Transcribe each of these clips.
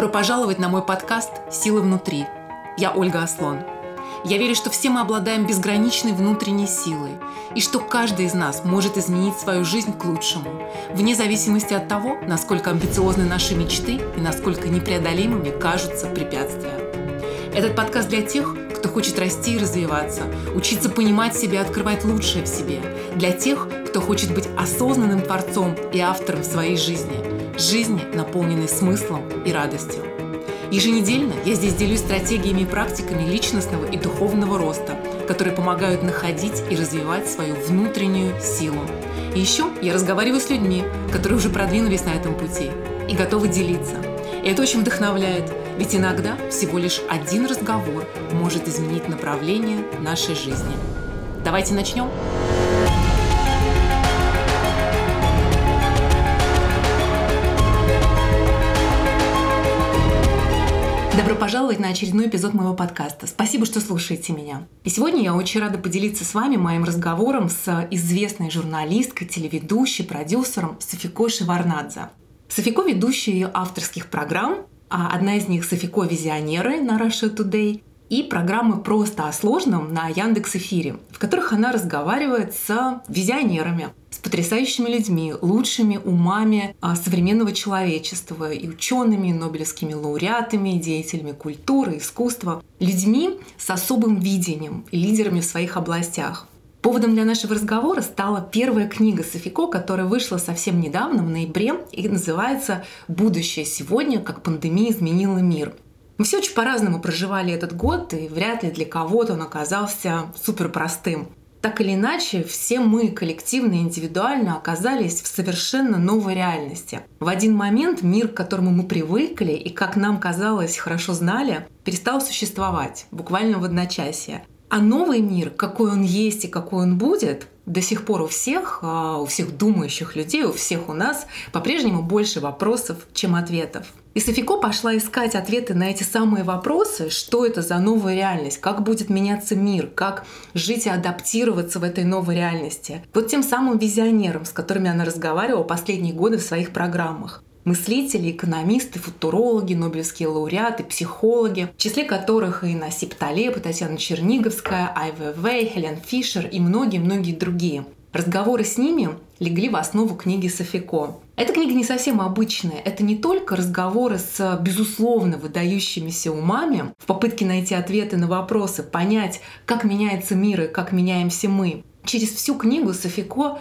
Добро пожаловать на мой подкаст «Сила внутри». Я Ольга Аслон. Я верю, что все мы обладаем безграничной внутренней силой, и что каждый из нас может изменить свою жизнь к лучшему, вне зависимости от того, насколько амбициозны наши мечты и насколько непреодолимыми кажутся препятствия. Этот подкаст для тех, кто хочет расти и развиваться, учиться понимать себя и открывать лучшее в себе, для тех, кто хочет быть осознанным творцом и автором своей жизни, наполненной смыслом и радостью. Еженедельно я здесь делюсь стратегиями и практиками личностного и духовного роста, которые помогают находить и развивать свою внутреннюю силу. И еще я разговариваю с людьми, которые уже продвинулись на этом пути и готовы делиться. И это очень вдохновляет, ведь иногда всего лишь один разговор может изменить направление нашей жизни. Давайте начнем. Добро пожаловать на очередной эпизод моего подкаста. Спасибо, что слушаете меня. И сегодня я очень рада поделиться с вами моим разговором с известной журналисткой, телеведущей, продюсером Софико Шеварднадзе. Софико – ведущая ее авторских программ, одна из них «Софико. Визионеры» на Russia Today и программы «Просто о сложном» на Яндекс.Эфире, в которых она разговаривает с визионерами, с потрясающими людьми, лучшими умами современного человечества, и учеными, и нобелевскими лауреатами, и деятелями культуры, искусства, людьми с особым видением и лидерами в своих областях. Поводом для нашего разговора стала первая книга Софико, которая вышла совсем недавно, в ноябре, и называется «Будущее сегодня. Как пандемия изменила мир». Мы все очень по-разному проживали этот год, и вряд ли для кого-то он оказался суперпростым. Так или иначе, все мы коллективно и индивидуально оказались в совершенно новой реальности. В один момент мир, к которому мы привыкли и, как нам казалось, хорошо знали, перестал существовать, буквально в одночасье. А новый мир, какой он есть и какой он будет, до сих пор у всех думающих людей, у всех у нас по-прежнему больше вопросов, чем ответов. И Софико пошла искать ответы на эти самые вопросы, что это за новая реальность, как будет меняться мир, как жить и адаптироваться в этой новой реальности. Вот тем самым визионерам, с которыми она разговаривала последние годы в своих программах. Мыслители, экономисты, футурологи, нобелевские лауреаты, психологи, в числе которых и Насип Талеб, и Татьяна Черниговская, Ай Вэйвэй, Хелен Фишер и многие-многие другие. Разговоры с ними легли в основу книги Софико. Эта книга не совсем обычная. Это не только разговоры с, безусловно, выдающимися умами в попытке найти ответы на вопросы, понять, как меняется мир и как меняемся мы. Через всю книгу Софико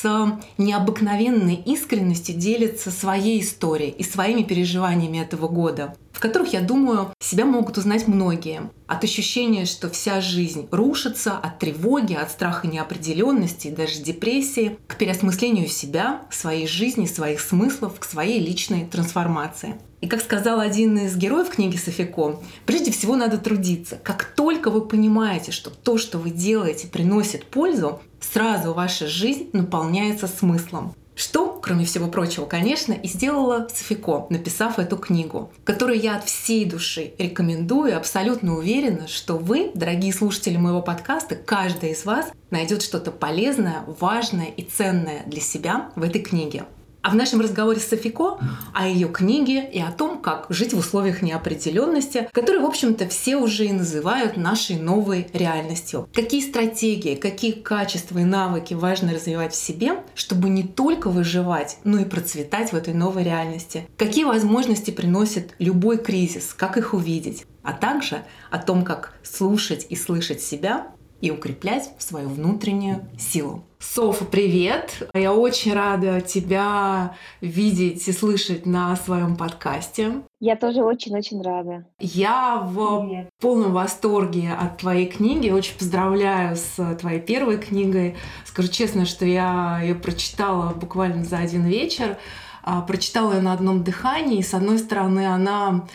с необыкновенной искренностью делится своей историей и своими переживаниями этого года, в которых, я думаю, себя могут узнать многие. От ощущения, что вся жизнь рушится, от тревоги, от страха неопределенности и даже депрессии, к переосмыслению себя, своей жизни, своих смыслов, к своей личной трансформации. И как сказал один из героев книги Софико, прежде всего надо трудиться. Как только вы понимаете, что то, что вы делаете, приносит пользу, сразу ваша жизнь наполняется смыслом. Что, кроме всего прочего, конечно, и сделала Софико, написав эту книгу, которую я от всей души рекомендую, и абсолютно уверена, что вы, дорогие слушатели моего подкаста, каждый из вас найдет что-то полезное, важное и ценное для себя в этой книге. А в нашем разговоре с Софико о ее книге и о том, как жить в условиях неопределенности, которые, в общем-то, все уже и называют нашей новой реальностью. Какие стратегии, какие качества и навыки важно развивать в себе, чтобы не только выживать, но и процветать в этой новой реальности. Какие возможности приносит любой кризис, как их увидеть, а также о том, как слушать и слышать себя и укреплять свою внутреннюю силу. Софа, привет! Я очень рада тебя видеть и слышать на своем подкасте. Я тоже очень-очень рада. Я в полном восторге от твоей книги. Очень поздравляю с твоей первой книгой. Скажу честно, что я ее прочитала буквально за один вечер. Прочитала ее на одном дыхании. И, с одной стороны, она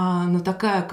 такая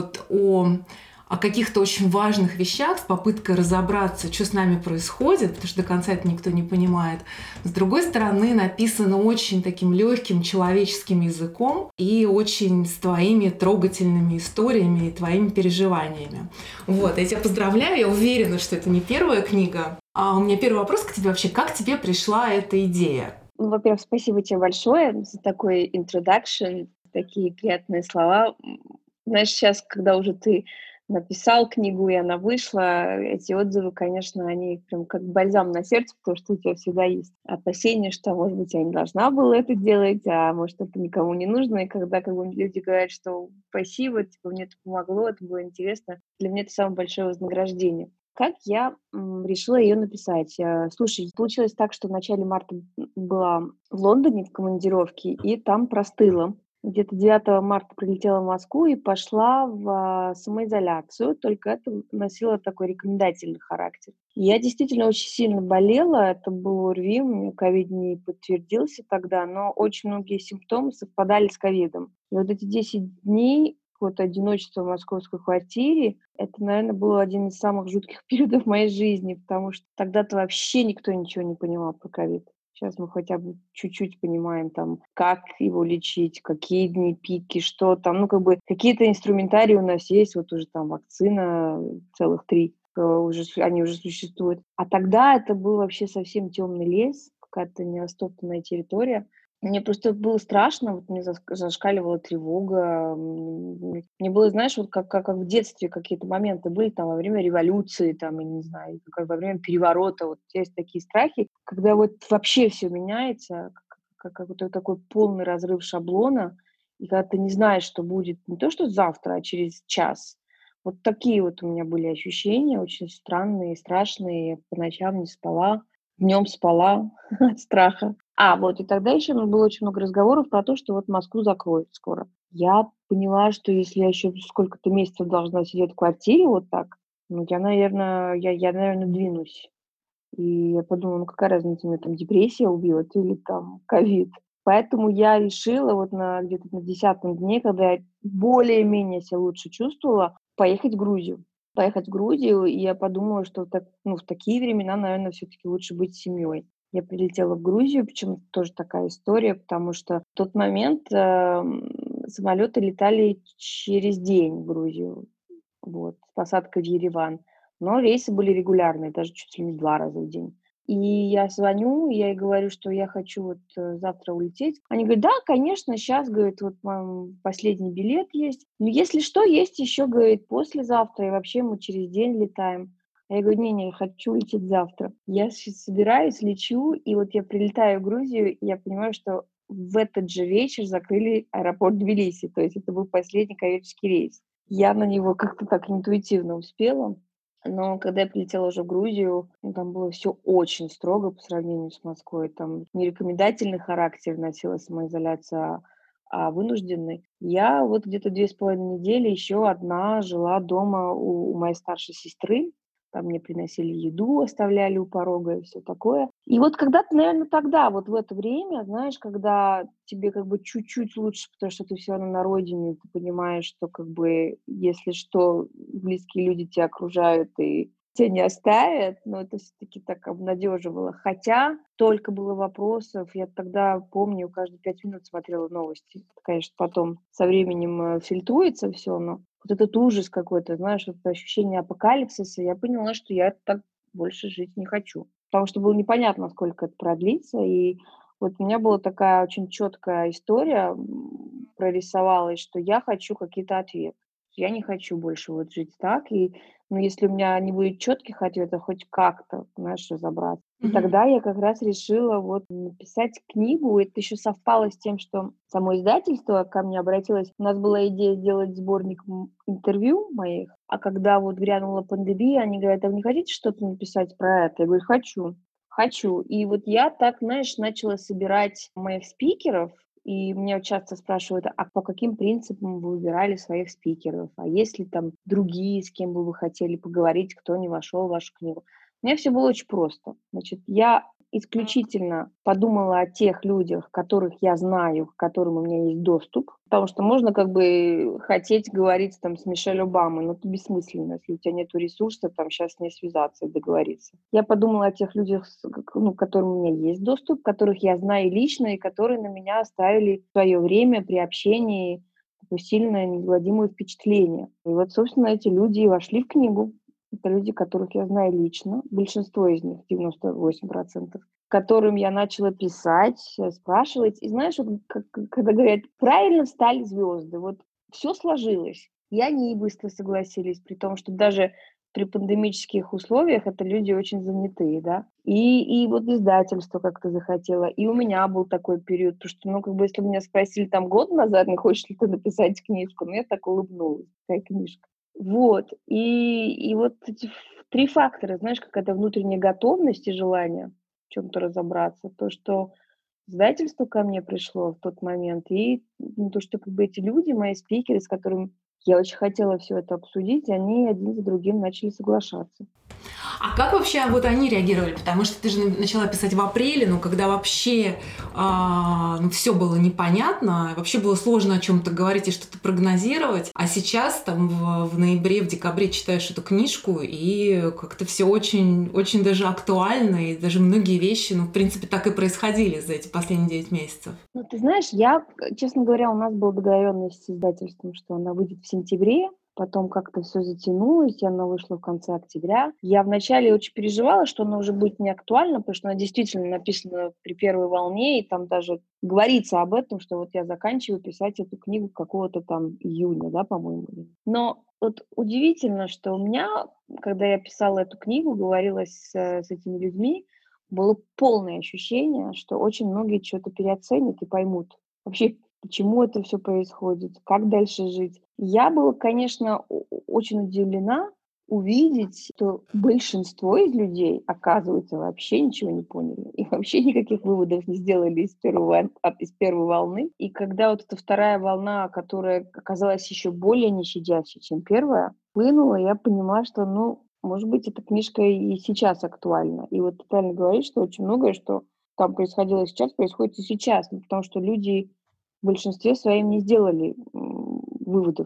о каких-то очень важных вещах, с попыткой разобраться, что с нами происходит, потому что до конца это никто не понимает. С другой стороны, написано очень таким легким человеческим языком и очень с твоими трогательными историями и твоими переживаниями. Вот, я тебя поздравляю, я уверена, что это не первая книга. А у меня первый вопрос к тебе вообще, как тебе пришла эта идея? Во-первых, спасибо тебе большое за такой introduction. такие приятные слова. Знаешь, сейчас, когда уже ты написал книгу, и она вышла, эти отзывы, конечно, они прям как бальзам на сердце, потому что у тебя всегда есть опасения, что, может быть, я не должна была это делать, а может, это никому не нужно. И когда как бы люди говорят, что спасибо, типа, мне это помогло, это было интересно, для меня это самое большое вознаграждение. Как я решила ее написать? Слушай, получилось так, что в начале марта была в Лондоне в командировке, и там простыла. Где-то 9 марта прилетела в Москву и пошла в самоизоляцию, только это носило такой рекомендательный характер. Я действительно очень сильно болела, это был ОРВИ, у меня ковид не подтвердился тогда, но очень многие симптомы совпадали с ковидом. И вот эти 10 дней вот одиночества в московской квартире, это, наверное, был один из самых жутких периодов моей жизни, потому что тогда-то вообще никто ничего не понимал про ковид. Сейчас мы хотя бы чуть-чуть понимаем, там, как его лечить, какие дни пики, что там. Ну, как бы какие-то инструментарии у нас есть, вот уже там вакцина, целых 3, они уже существуют. А тогда это был вообще совсем темный лес, какая-то нерастоптанная территория. Мне просто было страшно, вот мне зашкаливала тревога. Мне было, знаешь, вот как в детстве какие-то моменты были, там, во время революции, там, я не знаю, как во время переворота. Вот есть такие страхи, когда вот вообще все меняется, как какой-то такой полный разрыв шаблона, и когда ты не знаешь, что будет не то что завтра, а через час. Вот такие вот у меня были ощущения, очень странные, страшные. Я по ночам не спала, днем спала от страха. Вот и тогда еще было очень много разговоров про то, что вот Москву закроют скоро. Я поняла, что если я еще сколько-то месяцев должна сидеть в квартире вот так, ну, наверное, двинусь. И я подумала, ну, какая разница, меня там депрессия убьет или там ковид. Поэтому я решила вот где-то на 10-м дне, когда я более-менее себя лучше чувствовала, поехать в Грузию. Поехать в Грузию, и я подумала, что так, ну, в такие времена, наверное, все-таки лучше быть с семьей. Я прилетела в Грузию, почему-то тоже такая история, потому что в тот момент самолеты летали через день в Грузию, вот, с посадкой в Ереван. Но рейсы были регулярные, даже чуть ли не 2 раза в день. И я звоню, я ей говорю, что я хочу вот завтра улететь. Они говорят, да, конечно, сейчас, говорит, вот вам последний билет есть. Но если что, есть еще, говорит, послезавтра, и вообще мы через день летаем. А я говорю, не, хочу лететь завтра. Я сейчас собираюсь, лечу, и вот я прилетаю в Грузию, и я понимаю, что в этот же вечер закрыли аэропорт Тбилиси, то есть это был последний коммерческий рейс. Я на него как-то так интуитивно успела. Но когда я прилетела уже в Грузию, ну, там было все очень строго по сравнению с Москвой. Там не рекомендательный характер носила самоизоляция, а вынужденный. Я вот где-то 2,5 недели еще одна жила дома у моей старшей сестры. Там мне приносили еду, оставляли у порога и все такое. И вот когда-то, наверное, тогда, вот в это время, знаешь, когда тебе как бы чуть-чуть лучше, потому что ты все равно на родине, ты понимаешь, что как бы, если что, близкие люди тебя окружают и тебя не оставят, но это все-таки так обнадеживало. Хотя только было вопросов, я тогда помню, каждые 5 минут смотрела новости. Это, конечно, потом со временем фильтруется все, но вот этот ужас какой-то, знаешь, вот это ощущение апокалипсиса, я поняла, что я так больше жить не хочу. Потому что было непонятно, сколько это продлится. И вот у меня была такая очень четкая история, прорисовалась, что я хочу какие-то ответы. Я не хочу больше вот жить так. И, ну, если у меня не будет четких ответов, хоть как-то, знаешь, разобраться. И Мгм. тогда я как раз решила вот написать книгу. Это еще совпало с тем, что само издательство ко мне обратилось. У нас была идея сделать сборник интервью моих, а когда вот грянула пандемия, они говорят, а вы не хотите что-то написать про это? Я говорю, хочу. Хочу. И вот я так, знаешь, начала собирать моих спикеров, и меня часто спрашивают, а по каким принципам вы выбирали своих спикеров? А есть ли там другие, с кем бы вы хотели поговорить, кто не вошел в вашу книгу? У меня все было очень просто. Значит, я исключительно подумала о тех людях, которых я знаю, к которым у меня есть доступ, потому что можно как бы хотеть говорить там с Мишель Обамой, но это бессмысленно, если у тебя нет ресурса там сейчас с ней связаться и договориться. Я подумала о тех людях, к которым у меня есть доступ, которых я знаю лично и которые на меня оставили в свое время при общении такое сильное неизгладимое впечатление. И вот, собственно, эти люди и вошли в книгу. Это люди, которых я знаю лично, большинство из них, 98%, которым я начала писать, спрашивать. И знаешь, вот когда говорят, правильно встали звезды, вот все сложилось. И они быстро согласились, при том, что даже при пандемических условиях это люди очень занятые, да. И вот издательство как-то захотело. И у меня был такой период, потому что, ну, как бы, если бы меня спросили там год назад, не хочешь ли ты написать книжку, ну, я так улыбнулась, какая книжка. Вот. И вот эти 3 фактора, знаешь, какая-то внутренняя готовность и желание в чем то разобраться. То, что издательство ко мне пришло в тот момент, и, ну, то, что как бы эти люди, мои спикеры, с которыми я очень хотела все это обсудить, они один за другим начали соглашаться. А как вообще вот они реагировали? Потому что ты же начала писать в апреле, ну, когда вообще ну, все было непонятно, вообще было сложно о чем-то говорить и что-то прогнозировать. А сейчас там в ноябре, в декабре читаешь эту книжку, и как-то все очень, очень даже актуально, и даже многие вещи, ну, в принципе, так и происходили за эти последние 9 месяцев. Ну, ты знаешь, честно говоря, у нас была договоренность с издательством, что она выйдет в сентябре, потом как-то все затянулось, и она вышла в конце октября. Я вначале очень переживала, что она уже будет не актуальна, потому что она действительно написана при первой волне, и там даже говорится об этом, что вот я заканчиваю писать эту книгу какого-то там июня, да, по-моему. Но вот удивительно, что у меня, когда я писала эту книгу, говорила с этими людьми, было полное ощущение, что очень многие что то переоценят и поймут вообще, почему это все происходит, как дальше жить. Я была, конечно, очень удивлена увидеть, что большинство из людей, оказывается, вообще ничего не поняли и вообще никаких выводов не сделали из первой волны. И когда вот эта вторая волна, которая оказалась еще более нещадящей, чем первая, хлынула, я поняла, что, ну, может быть, эта книжка и сейчас актуальна. И вот ты правильно говоришь, что очень многое, что там происходило сейчас, происходит и сейчас. Ну, потому что люди в большинстве своем не сделали выводов.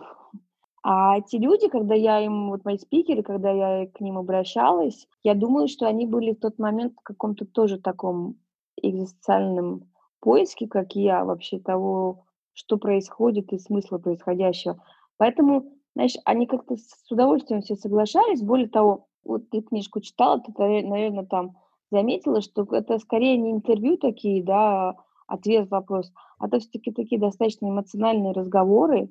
А те люди, когда я им, вот мои спикеры, когда я к ним обращалась, я думаю, что они были в тот момент в каком-то тоже таком экзистенциальном поиске, как и я, вообще того, что происходит и смысла происходящего. Поэтому, знаешь, они как-то с удовольствием все соглашались. Более того, вот ты книжку читала, ты, наверное, там заметила, что это скорее не интервью такие, да, ответ-вопрос, а то все-таки такие достаточно эмоциональные разговоры,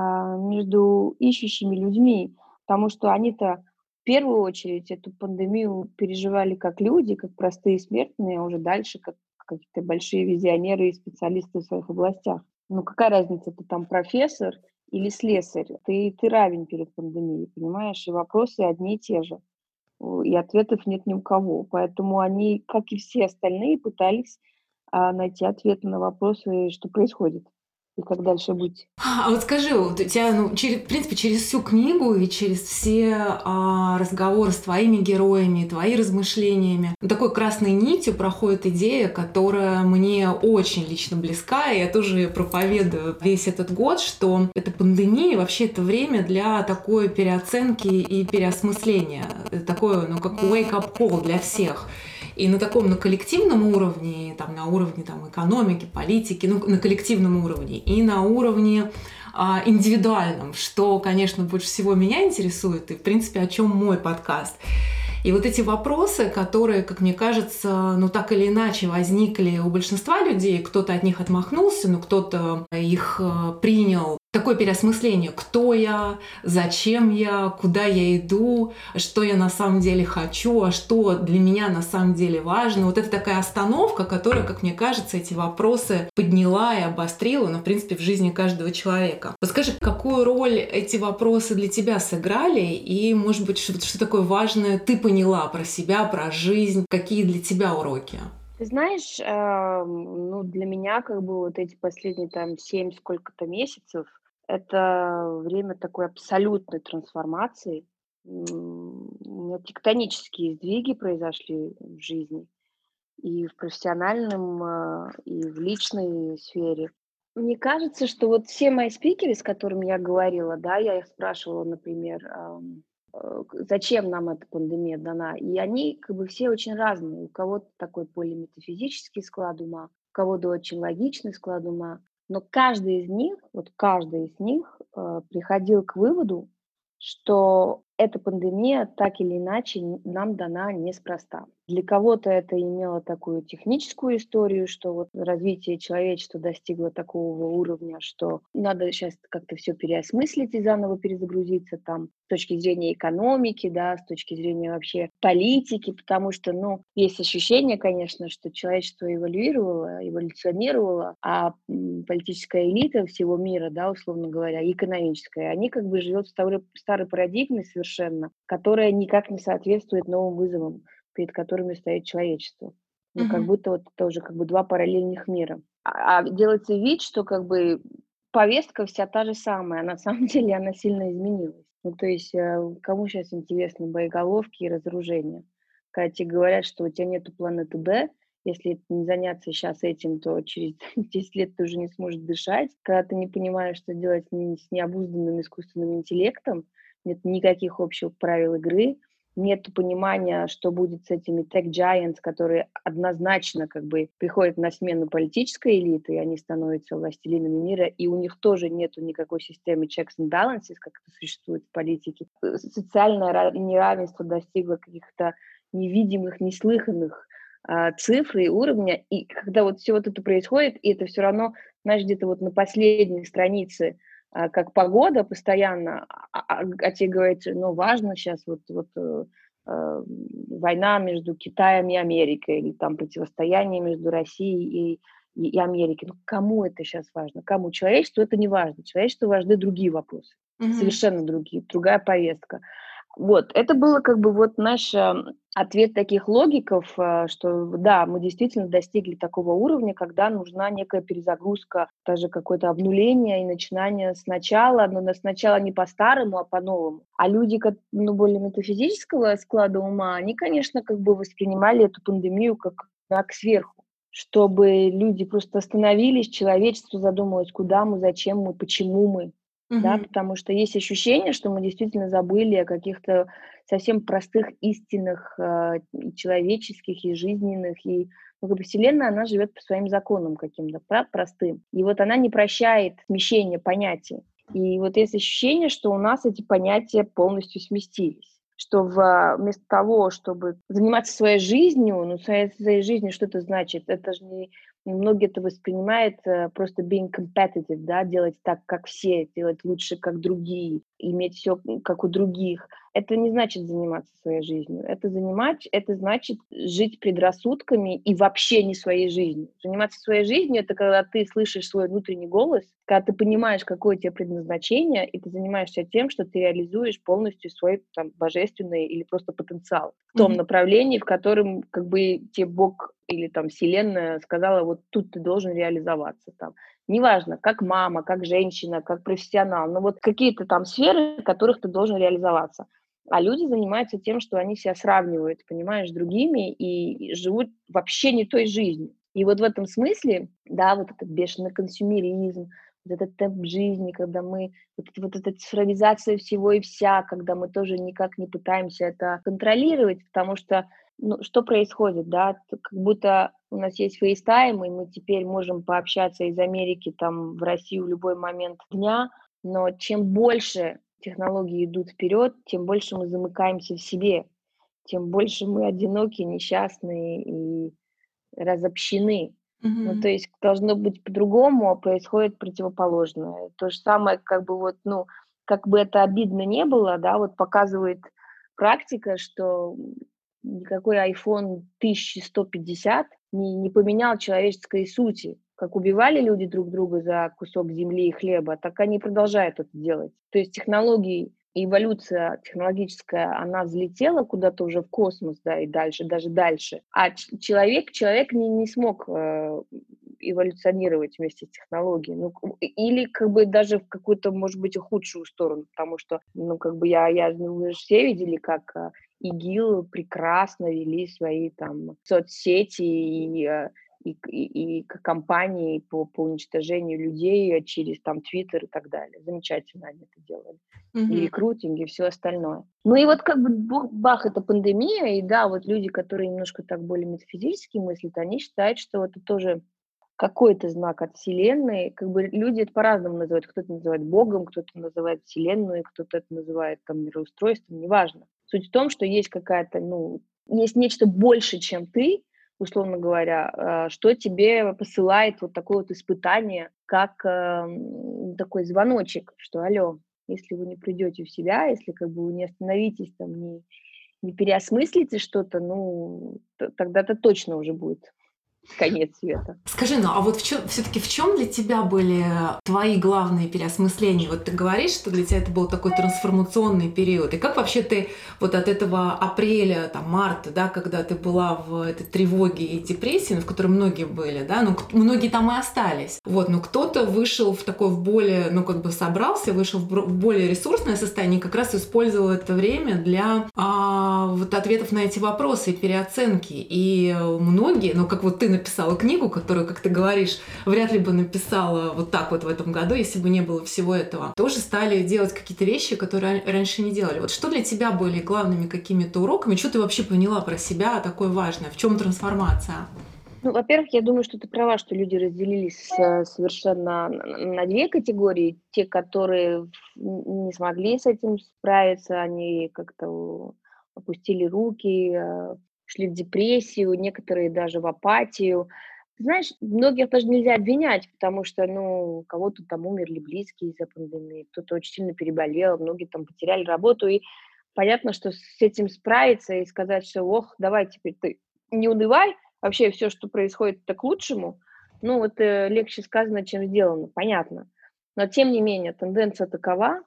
между ищущими людьми, потому что они-то в первую очередь эту пандемию переживали как люди, как простые смертные, а уже дальше как какие-то большие визионеры и специалисты в своих областях. Ну, какая разница, ты там профессор или слесарь? Ты равен перед пандемией, понимаешь? И вопросы одни и те же, и ответов нет ни у кого. Поэтому они, как и все остальные, пытались, найти ответы на вопросы, что происходит и как дальше быть. А вот скажи, вот у тебя, ну, в принципе, через всю книгу и через все разговоры с твоими героями, твои размышлениями, ну, такой красной нитью проходит идея, которая мне очень лично близка, и я тоже её проповедую весь этот год, что эта пандемия, вообще это время для такой переоценки и переосмысления. Это такое, ну, как wake-up call для всех. И на таком, на коллективном уровне, там, на уровне там, экономики, политики, ну, на коллективном уровне, и на уровне индивидуальном, что, конечно, больше всего меня интересует, и, в принципе, о чем мой подкаст. И вот эти вопросы, которые, как мне кажется, ну так или иначе возникли у большинства людей, кто-то от них отмахнулся, но кто-то их принял. Такое переосмысление, кто я, зачем я, куда я иду, что я на самом деле хочу, а что для меня на самом деле важно. Вот это такая остановка, которая, как мне кажется, эти вопросы подняла и обострила, ну, в принципе, в жизни каждого человека. Вот скажи, какую роль эти вопросы для тебя сыграли, и, может быть, что такое важное ты поняла про себя, про жизнь, какие для тебя уроки? Ты знаешь, ну, для меня как бы вот эти последние там 7 сколько-то месяцев — это время такой абсолютной трансформации. У меня тектонические сдвиги произошли в жизни и в профессиональном, и в личной сфере. Мне кажется, что вот все мои спикеры, с которыми я говорила, да, я их спрашивала, например, зачем нам эта пандемия дана, и они как бы все очень разные. У кого-то такой более метафизический склад ума, у кого-то очень логичный склад ума, но каждый из них, вот каждый из них приходил к выводу, что эта пандемия так или иначе нам дана неспроста. Для кого-то это имело такую техническую историю, что вот развитие человечества достигло такого уровня, что надо сейчас как-то все переосмыслить и заново перезагрузиться там с точки зрения экономики, да, с точки зрения вообще политики, потому что, ну, есть ощущение, конечно, что человечество эволюционировало, а политическая элита всего мира, да, условно говоря, и экономическая, они как бы живут в старой парадигме совершенно, которая никак не соответствует новым вызовам, перед которыми стоит человечество. Ну, как Мгм. будто вот это уже как бы 2 параллельных мира. Делается вид, что как бы повестка вся та же самая, а на самом деле она сильно изменилась. Ну, то есть, кому сейчас интересны боеголовки и разоружение? Когда тебе говорят, что у тебя нету планеты Б, если не заняться сейчас этим, то через 10 лет ты уже не сможешь дышать. Когда ты не понимаешь, что делать с необузданным искусственным интеллектом, нет никаких общих правил игры, нету понимания, что будет с этими tech giants, которые однозначно как бы приходят на смену политической элиты, и они становятся властелинами мира, и у них тоже нету никакой системы checks and balances, как это существует в политике. Социальное неравенство достигло каких-то невидимых, неслыханных цифр и уровня, и когда вот все вот это происходит, и это все равно, знаешь, где-то вот на последней странице как погода постоянно, тебе говорится, ну, важно сейчас война между Китаем и Америкой или там противостояние между Россией и Америкой. Ну, кому это сейчас важно? Кому? Человечеству это не важно. Человечеству важны другие вопросы, Мгм. совершенно другие, другая повестка. Вот, это было как бы вот наш ответ таких логиков, что да, мы действительно достигли такого уровня, когда нужна некая перезагрузка, даже какое-то обнуление и начинание сначала, но сначала не по-старому, а по-новому. А люди, ну, более метафизического склада ума, они, конечно, как бы воспринимали эту пандемию как знак сверху, чтобы люди просто остановились, человечество задумалось, куда мы, зачем мы, почему мы. Да, Мгм. потому что есть ощущение, что мы действительно забыли о каких-то совсем простых истинах, и человеческих, и жизненных. И, ну, как бы Вселенная, она живет по своим законам каким-то простым. И вот она не прощает смещения понятий. И вот есть ощущение, что у нас эти понятия полностью сместились. Что вместо того, чтобы заниматься своей жизнью, ну, своей жизнью, что это значит? Это же не, многие это воспринимают просто being competitive, да, делать так, как все, делать лучше, как другие, иметь все, как у других. Это не значит заниматься своей жизнью. Это значит жить предрассудками и вообще не своей жизнью. Заниматься своей жизнью — это когда ты слышишь свой внутренний голос, когда ты понимаешь, какое у тебя предназначение, и ты занимаешься тем, что ты реализуешь полностью свой там, божественный или просто потенциал в том Мгм. направлении, в котором как бы тебе Бог или там Вселенная сказала, вот тут ты должен реализоваться там. Неважно, как мама, как женщина, как профессионал, но вот какие-то там сферы, в которых ты должен реализоваться. А люди занимаются тем, что они себя сравнивают, понимаешь, с другими и живут вообще не той жизнью. И вот в этом смысле, да, вот этот бешеный консюмеризм, вот этот темп жизни, когда мы, вот эта цифровизация всего и вся, когда мы тоже никак не пытаемся это контролировать, потому что, ну, что происходит, да, как будто у нас есть FaceTime, и мы теперь можем пообщаться из Америки там в Россию в любой момент дня, но чем больше технологии идут вперед, тем больше мы замыкаемся в себе, тем больше мы одиноки, несчастные и разобщены. Ну, то Мгм. есть должно быть по-другому, а происходит противоположное. То же самое, как бы вот, ну, как бы это обидно не было, да, вот показывает практика, что никакой iPhone 1150 не поменял человеческой сути. Как убивали люди друг друга за кусок земли и хлеба, так они продолжают это делать. То есть технологии и эволюция технологическая, она взлетела куда-то уже в космос, да, и дальше, даже дальше. А человек не смог эволюционировать вместе с технологией. Ну, или как бы даже в какую-то, может быть, и худшую сторону, потому что, ну, как бы ну, вы же все видели, как ИГИЛ прекрасно вели свои там соцсети и компании по уничтожению людей через там Твиттер и так далее. Замечательно они это делали. И Мгм. рекрутинг, и все остальное. Ну и вот как бы бах, это пандемия, и да, вот люди, которые немножко так более метафизически мыслят, они считают, что это тоже какой-то знак от Вселенной. Как бы люди это по-разному называют. Кто-то называет Богом, кто-то называет Вселенную, кто-то это называет там мироустройством, неважно. Суть в том, что есть какая-то, ну, есть нечто больше, чем ты, условно говоря, что тебе посылает вот такое вот испытание, как такой звоночек, что алло, если вы не придете в себя, если как бы вы не остановитесь там, не переосмыслите что-то, ну, тогда это точно уже будет конец света. Скажи, ну а вот все-таки в чем для тебя были твои главные переосмысления? Вот ты говоришь, что для тебя это был такой трансформационный период. И как вообще ты вот от этого апреля, там, марта, да, когда ты была в этой тревоге и депрессии, ну, в которой многие были, да, ну, многие там и остались. Вот, но кто-то вышел в такое, в более, ну, как бы собрался, вышел в более ресурсное состояние и как раз использовал это время для вот ответов на эти вопросы и переоценки. И многие, ну, как вот ты написала книгу, которую, как ты говоришь, вряд ли бы написала вот так вот в этом году, если бы не было всего этого, тоже стали делать какие-то вещи, которые раньше не делали. Вот что для тебя были главными какими-то уроками? Что ты вообще поняла про себя такое важное? В чем трансформация? Ну, во-первых, я думаю, что ты права, что люди разделились совершенно на две категории. Те, которые не смогли с этим справиться, они как-то опустили руки, шли в депрессию, некоторые даже в апатию. Ты знаешь, многих даже нельзя обвинять, потому что, ну, у кого-то там умерли близкие из-за пандемии, кто-то очень сильно переболел, многие там потеряли работу, и понятно, что с этим справиться и сказать, что, ох, давай теперь ты не унывай, вообще все, что происходит, это к лучшему. Ну, вот легче сказано, чем сделано, понятно. Но тем не менее, тенденция такова,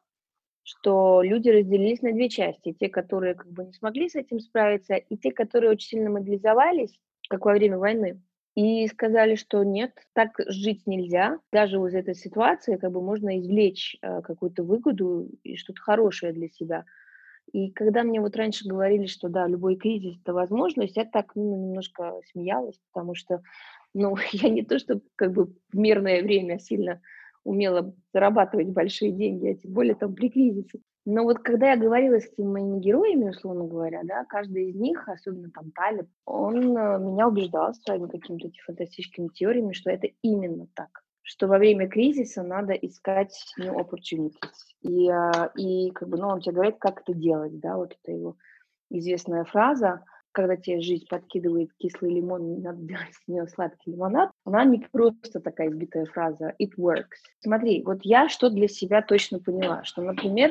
что люди разделились на две части. Те, которые как бы не смогли с этим справиться, и те, которые очень сильно мобилизовались, как во время войны, и сказали, что нет, так жить нельзя. Даже из этой ситуации как бы можно извлечь какую-то выгоду и что-то хорошее для себя. И когда мне вот раньше говорили, что да, любой кризис — это возможность, я так, ну, немножко смеялась, потому что, ну, я не то, что как бы в мирное время сильно умела зарабатывать большие деньги, а тем более там при кризисе. Но вот когда я говорила с этими моими героями, условно говоря, да, каждый из них, особенно там Талиб, он меня убеждал своими какими-то фантастическими теориями, что это именно так, что во время кризиса надо искать new opportunities. И как бы, ну, он тебе говорит, как это делать, да, вот это его известная фраза, когда тебе жизнь подкидывает кислый лимон, не надо делать из нее сладкий лимонад, она не просто такая избитая фраза, it works. Смотри, вот я что для себя точно поняла, что, например,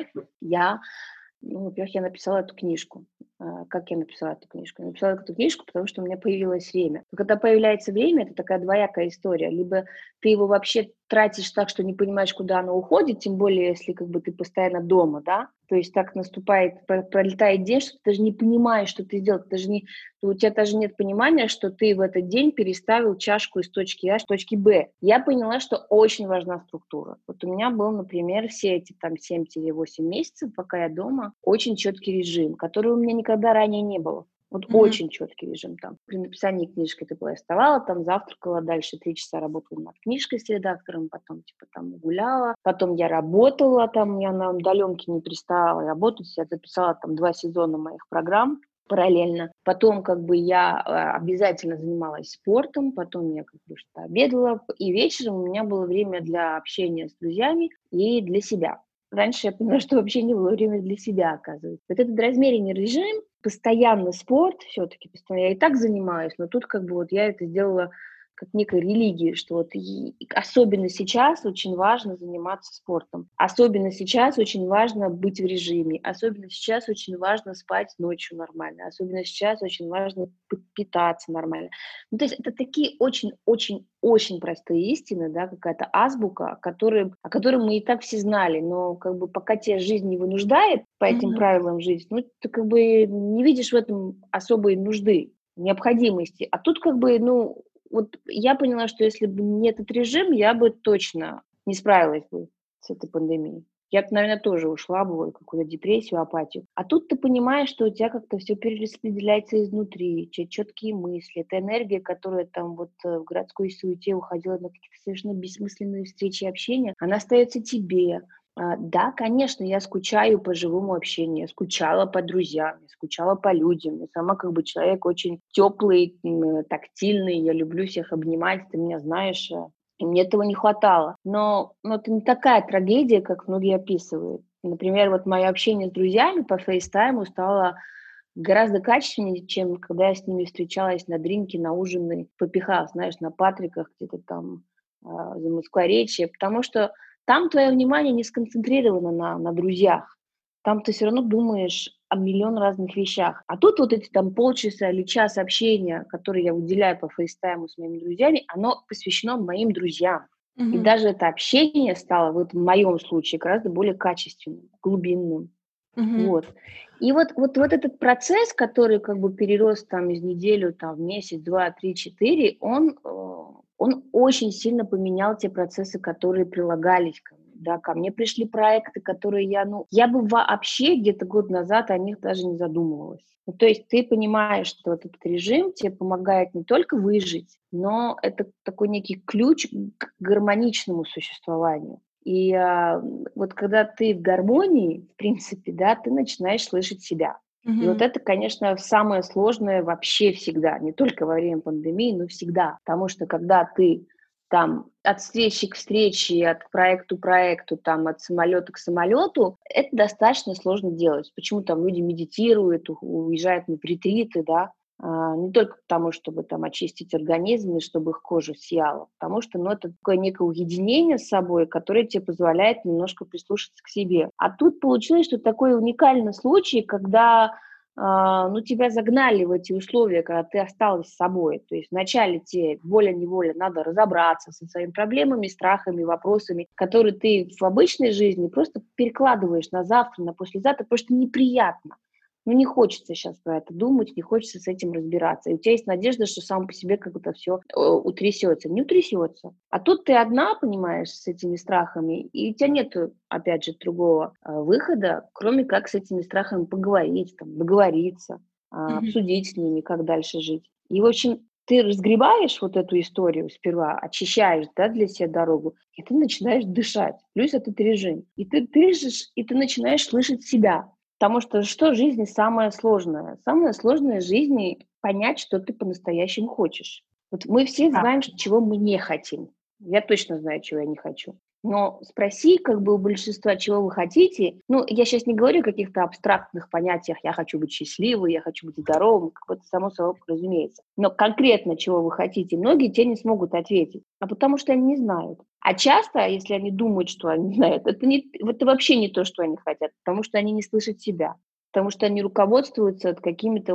ну, во-первых, я написала эту книжку. Как я написала эту книжку? Я написала эту книжку, потому что у меня появилось время. Но когда появляется время, это такая двоякая история. Либо ты его вообще тратишь так, что не понимаешь, куда оно уходит, тем более, если как бы ты постоянно дома, да, то есть так наступает, пролетает день, что ты даже не понимаешь, что ты сделал, ты даже не, у тебя даже нет понимания, что ты в этот день переставил чашку из точки А в точки Б. Я поняла, что очень важна структура. Вот у меня был, например, все эти там 7-8 месяцев, пока я дома, очень четкий режим, который у меня никогда ранее не было. Вот очень четкий режим там. При написании книжки ты была, вставала, там завтракала, дальше 3 часа работала над книжкой с редактором, потом типа там гуляла, потом я работала, там я на удаленке не переставала работать, я записала там 2 сезона моих программ параллельно. Потом как бы я обязательно занималась спортом, потом я как бы что-то обедала, и вечером у меня было время для общения с друзьями и для себя. Раньше я поняла, что вообще не было времени для себя, оказывается. Вот этот размеренный режим, постоянно спорт все-таки, постоянно я и так занимаюсь, но тут как бы вот я это сделала как некой религии, что вот особенно сейчас очень важно заниматься спортом, особенно сейчас очень важно быть в режиме, особенно сейчас очень важно спать ночью нормально, особенно сейчас очень важно питаться нормально. Ну, то есть это такие очень-очень-очень простые истины, да, какая-то азбука, о которой мы и так все знали, но как бы пока тебя жизнь не вынуждает по этим правилам жить, ну, ты как бы не видишь в этом особой нужды, необходимости. А тут как бы, ну, вот я поняла, что если бы не этот режим, я бы точно не справилась бы с этой пандемией. Я бы, наверное, тоже ушла бы в какую-то депрессию, апатию. А тут ты понимаешь, что у тебя как-то все перераспределяется изнутри, четкие мысли. Это энергия, которая там вот в городской суете уходила на какие-то совершенно бессмысленные встречи и общения, она остается тебе. Да, конечно, я скучаю по живому общению, я скучала по друзьям, я скучала по людям. Я сама как бы человек очень теплый, тактильный, я люблю всех обнимать, ты меня знаешь, и мне этого не хватало. Но это не такая трагедия, как многие описывают. Например, вот мое общение с друзьями по фейстайму стало гораздо качественнее, чем когда я с ними встречалась на дринке, на ужины, в попихах, знаешь, на Патриках, где-то там за Москворечье, потому что там твое внимание не сконцентрировано на друзьях. Там ты все равно думаешь о миллион разных вещах. А тут вот эти там полчаса или час общения, которые я уделяю по фейстайму с моими друзьями, оно посвящено моим друзьям. И Мгм. даже это общение стало, вот в моем случае, гораздо более качественным, глубинным. Мгм. Вот. И вот этот процесс, который как бы перерос там из неделю, там, в месяц, 2, 3, 4, он очень сильно поменял те процессы, которые прилагались ко мне. Да, ко мне пришли проекты, которые я бы вообще где-то год назад о них даже не задумывалась. Ну, то есть ты понимаешь, что вот этот режим тебе помогает не только выжить, но это такой некий ключ к гармоничному существованию. И вот когда ты в гармонии, в принципе, да, ты начинаешь слышать себя. И вот Мгм. это, конечно, самое сложное вообще всегда, не только во время пандемии, но всегда. Потому что когда ты там от встречи к встрече, от проекта к проекту, там, от самолета к самолету, это достаточно сложно делать. Почему там люди медитируют, уезжают на ретриты, да, не только потому, чтобы там очистить организм и чтобы их кожа сияла, потому что, это такое некое уединение с собой, которое тебе позволяет немножко прислушаться к себе. А тут получилось, что такой уникальный случай, когда тебя загнали в эти условия, когда ты осталась с собой. То есть вначале тебе волей-неволей надо разобраться со своими проблемами, страхами, вопросами, которые ты в обычной жизни просто перекладываешь на завтра, на послезавтра, потому что неприятно. Не хочется сейчас про это думать, не хочется с этим разбираться. И у тебя есть надежда, что само по себе как это все утрясется. Не утрясется. А тут ты одна, понимаешь, с этими страхами, и у тебя нет, опять же, другого выхода, кроме как с этими страхами поговорить, там, договориться, Мгм. обсудить с ними, как дальше жить. И, в общем, ты разгребаешь вот эту историю сперва, очищаешь, да, для себя дорогу, и ты начинаешь дышать. Плюс этот режим. И ты дышишь, и ты начинаешь слышать себя. Потому что в жизни самое сложное? Самое сложное в жизни понять, что ты по-настоящему хочешь. Вот мы все знаем, Правда. чего мы не хотим. Я точно знаю, чего я не хочу. Но спроси как бы у большинства, чего вы хотите. Я сейчас не говорю о каких-то абстрактных понятиях. Я хочу быть счастливой, я хочу быть здоровым. Как это само собой разумеется. Но конкретно, чего вы хотите, многие те не смогут ответить. А потому что они не знают. А часто, если они думают, что они знают, это вообще не то, что они хотят, потому что они не слышат себя, потому что они руководствуются какими-то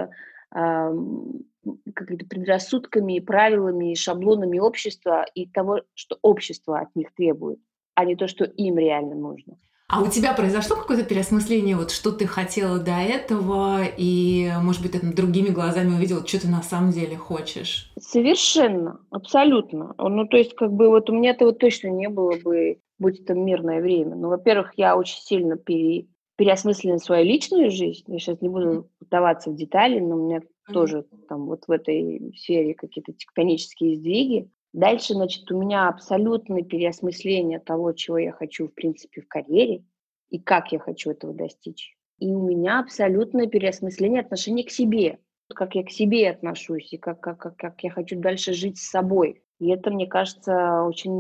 какими-то предрассудками, правилами, шаблонами общества и того, что общество от них требует, а не то, что им реально нужно. А у тебя произошло какое-то переосмысление, вот что ты хотела до этого, и, может быть, ты там другими глазами увидела, что ты на самом деле хочешь? Совершенно, абсолютно. То есть, как бы, вот у меня этого точно не было бы, будь это мирное время. Во-первых, я очень сильно переосмыслила свою личную жизнь. Я сейчас не буду вдаваться в детали, но у меня Мгм. тоже там вот в этой сфере какие-то тектонические сдвиги. Дальше, значит, у меня абсолютное переосмысление того, чего я хочу, в принципе, в карьере и как я хочу этого достичь. И у меня абсолютное переосмысление отношения к себе, как я к себе отношусь и как я хочу дальше жить с собой. И это, мне кажется, очень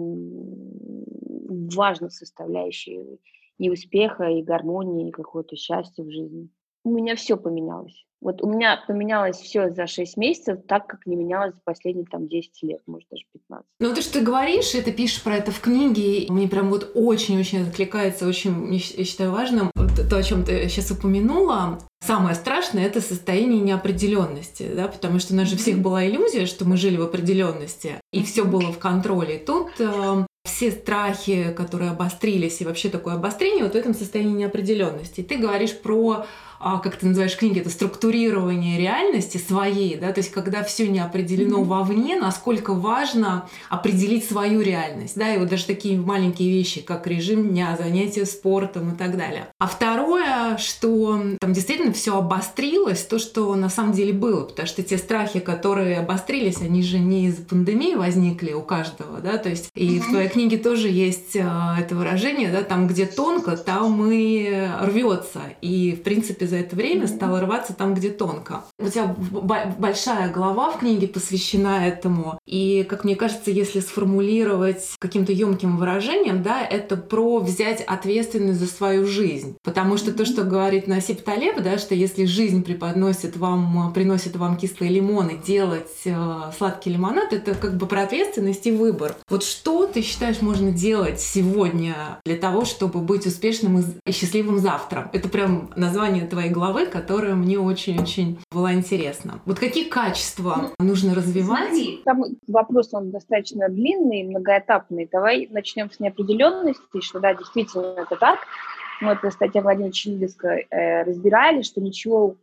важной составляющей и успеха, и гармонии, и какого-то счастья в жизни. У меня все поменялось. Вот у меня поменялось все за 6 месяцев, так как не менялось за последние там 10 лет, может, даже 15. Ну, то, что ты говоришь, и ты пишешь про это в книге, и мне прям вот очень-очень откликается, очень, я считаю, важным вот то, о чем ты сейчас упомянула. Самое страшное — это состояние неопределенности, да, потому что у нас же всех Мгм. была иллюзия, что мы жили в определенности, и все Мгм. было в контроле. Тут все страхи, которые обострились, и вообще такое обострение вот в этом состоянии неопределенности. И ты говоришь про как ты называешь в книге, это структурирование реальности своей, да, то есть когда все не определено Мгм. вовне, насколько важно определить свою реальность, да, и вот даже такие маленькие вещи, как режим дня, занятия спортом и так далее. А второе, что там действительно все обострилось, то, что на самом деле было, потому что те страхи, которые обострились, они же не из-за пандемии возникли у каждого, да, то есть и в твоей книге тоже есть это выражение, да, там, где тонко, там и рвется, и, в принципе, ты за это время стала рваться там, где тонко. У тебя большая глава в книге посвящена этому. И, как мне кажется, если сформулировать каким-то емким выражением, да, это про взять ответственность за свою жизнь. Потому что то, что говорит Насип Талеб, да, что если жизнь приносит вам кислые лимоны, делать сладкий лимонад, это как бы про ответственность и выбор. Вот что ты считаешь можно делать сегодня для того, чтобы быть успешным и счастливым завтра? Это прям название твоей главы, которое мне очень-очень было интересно. Вот какие качества нужно развивать? Смотри, там вопрос, он достаточно длинный, многоэтапный. Давай начнем с неопределенности, что да, действительно это так. Мы это, кстати, Владимир Чингиско разбирали, что ничего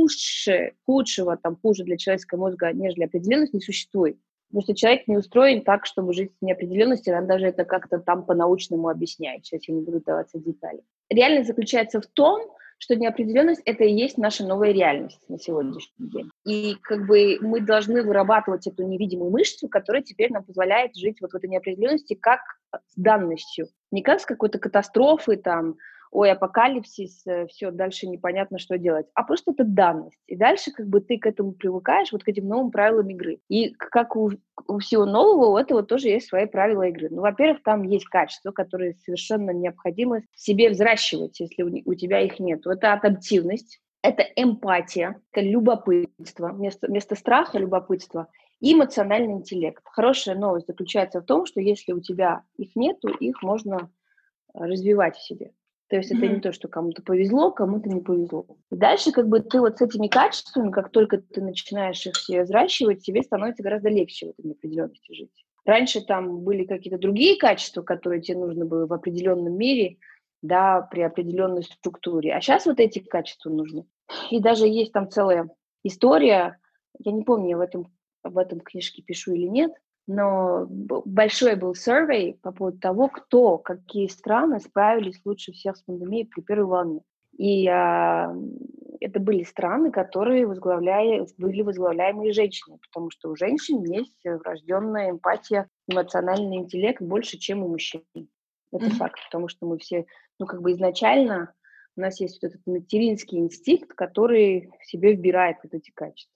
худшего для человеческого мозга, нежели определенность, не существует. Потому что человек не устроен так, чтобы жить в неопределенности, нам даже это как-то там по-научному объясняет. Сейчас я не буду даваться в детали. Реальность заключается в том, что неопределенность – это и есть наша новая реальность на сегодняшний день. И как бы мы должны вырабатывать эту невидимую мышцу, которая теперь нам позволяет жить вот в этой неопределенности как с данностью. Не как с какой-то катастрофой, там, ой, апокалипсис, все, дальше непонятно, что делать. А просто это данность. И дальше как бы ты к этому привыкаешь, вот к этим новым правилам игры. И как у всего нового, у этого тоже есть свои правила игры. Ну, во-первых, там есть качества, которые совершенно необходимо в себе взращивать, если у тебя их нет. Это адаптивность, это эмпатия, это любопытство. Вместо страха любопытство. И эмоциональный интеллект. Хорошая новость заключается в том, что если у тебя их нету, их можно развивать в себе. То есть это не то, что кому-то повезло, кому-то не повезло. И дальше как бы ты вот с этими качествами, как только ты начинаешь их себе взращивать, тебе становится гораздо легче в этой неопределенности жить. Раньше там были какие-то другие качества, которые тебе нужно было в определенном мире, да, при определенной структуре. А сейчас вот эти качества нужны. И даже есть там целая история, я не помню, я в этом книжке пишу или нет, но большой был survey по поводу того, какие страны справились лучше всех с пандемией при первой волне. И это были страны, которые были возглавляемые женщинами, потому что у женщин есть врожденная эмпатия, эмоциональный интеллект больше, чем у мужчин. Это факт, потому что мы все, изначально у нас есть вот этот материнский инстинкт, который в себе вбирает вот эти качества.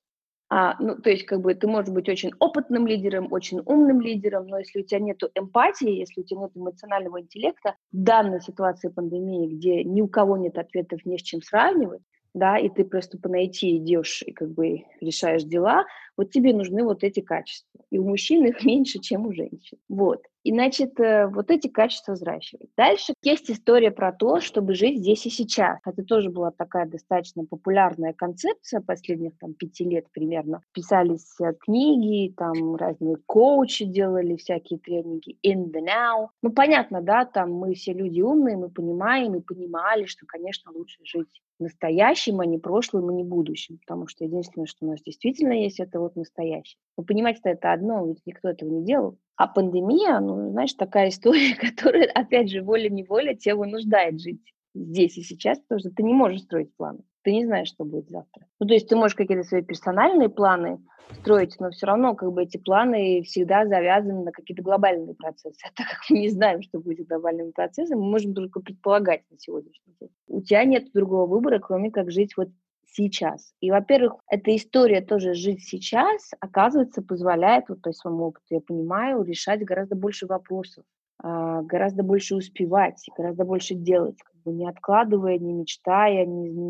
То есть, ты можешь быть очень опытным лидером, очень умным лидером, но если у тебя нет эмпатии, если у тебя нет эмоционального интеллекта, в данной ситуации пандемии, где ни у кого нет ответов, не с чем сравнивать, да, и ты просто по наитию идешь и решаешь дела, вот тебе нужны вот эти качества. И у мужчин их меньше, чем у женщин. Вот. И, вот эти качества взращивать. Дальше есть история про то, чтобы жить здесь и сейчас. Это тоже была такая достаточно популярная концепция последних 5 лет примерно. Писались книги, там разные коучи делали всякие тренинги in the now. Понятно, да, там мы все люди умные, мы понимаем и понимали, что, конечно, лучше жить настоящим, а не прошлым и не будущим, потому что единственное, что у нас действительно есть, это вот настоящее. Но понимать-то это одно, ведь никто этого не делал. А пандемия, такая история, которая, опять же, волей-неволей тебя вынуждает жить здесь и сейчас, потому что ты не можешь строить планы. Ты не знаешь, что будет завтра. То есть ты можешь какие-то свои персональные планы строить, но все равно эти планы всегда завязаны на какие-то глобальные процессы. А так как мы не знаем, что будет глобальным процессом, мы можем только предполагать на сегодняшний день. У тебя нет другого выбора, кроме как жить вот сейчас. И, во-первых, эта история тоже жить сейчас, оказывается, позволяет, по своему опыту, я понимаю, решать гораздо больше вопросов, гораздо больше успевать, гораздо больше делать, не откладывая, не мечтая,